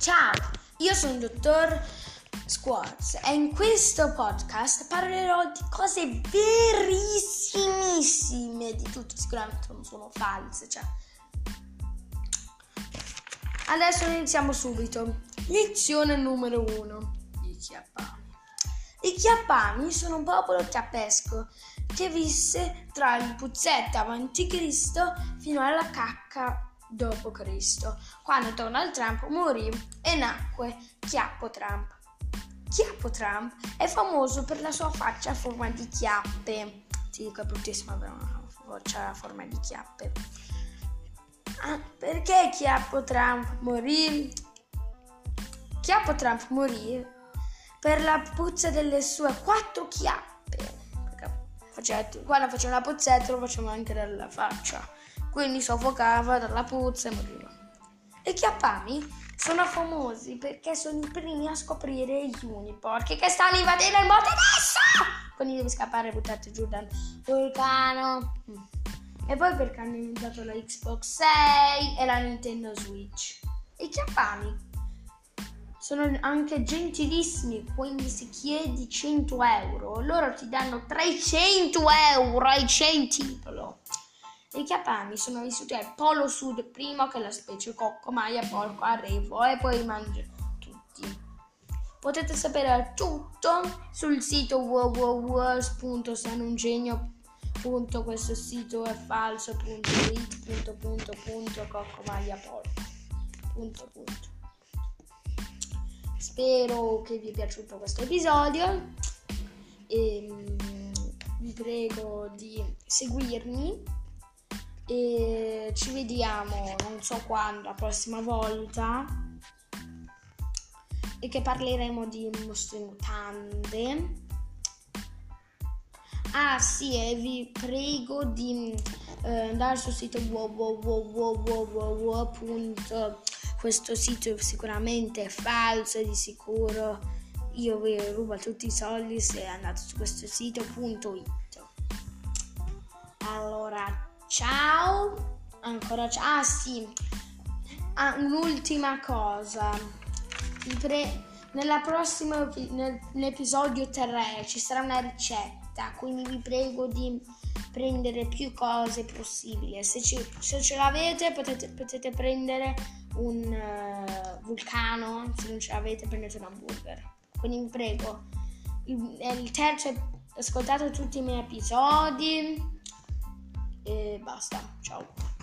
Ciao, io sono il dottor Squarz e in questo podcast parlerò di cose verissimissime, di tutto, sicuramente non sono false, Adesso iniziamo subito. Lezione numero 1. I chiappami. I chiappami sono un popolo chiappesco che visse tra il Puzzetto avanti Cristo fino alla Cacca dopo Cristo, quando Donald Trump morì e nacque Chiappo Trump. Chiappo Trump è famoso per la sua faccia a forma di chiappe. Ti dico, è bruttissima avere una faccia a forma di chiappe. Perché Chiappo Trump morì? Chiappo Trump morì per la puzza delle sue 4 chiappe. Perché quando faceva la puzzetta lo faceva anche dalla faccia. Quindi soffocava dalla puzza e moriva. I chiappami sono famosi perché sono i primi a scoprire gli uniporchi che stanno invadendo il mondo adesso! Quindi devi scappare e buttarti giù dal vulcano. E poi perché hanno inventato la Xbox 6 e la Nintendo Switch. I chiappami sono anche gentilissimi, quindi se chiedi 100 euro, loro ti danno 300 euro ai centipolo. I chiappami sono vissuti al Polo Sud prima che la specie coccomaia porco arrivo e poi li mangiano tutti. Potete sapere tutto sul sito www.sanungegno.com. Questo sito è falso.it.coccomaiaporco. Spero che vi è piaciuto questo episodio e vi prego di seguirmi. E ci vediamo non so quando, la prossima volta, e che parleremo di mostre mutande. Sì, e vi prego di andare sul sito questo sito sicuramente è falso e di sicuro io vi rubo tutti i soldi se andate su questo sito.it. Allora, ciao, ancora ciao. Un'ultima cosa. Nell'episodio 3 ci sarà una ricetta, quindi vi prego di prendere più cose possibili. Se ce l'avete potete prendere un vulcano, se non ce l'avete prendete un hamburger. Quindi vi prego, il terzo, ascoltate tutti i miei episodi. E basta, ciao.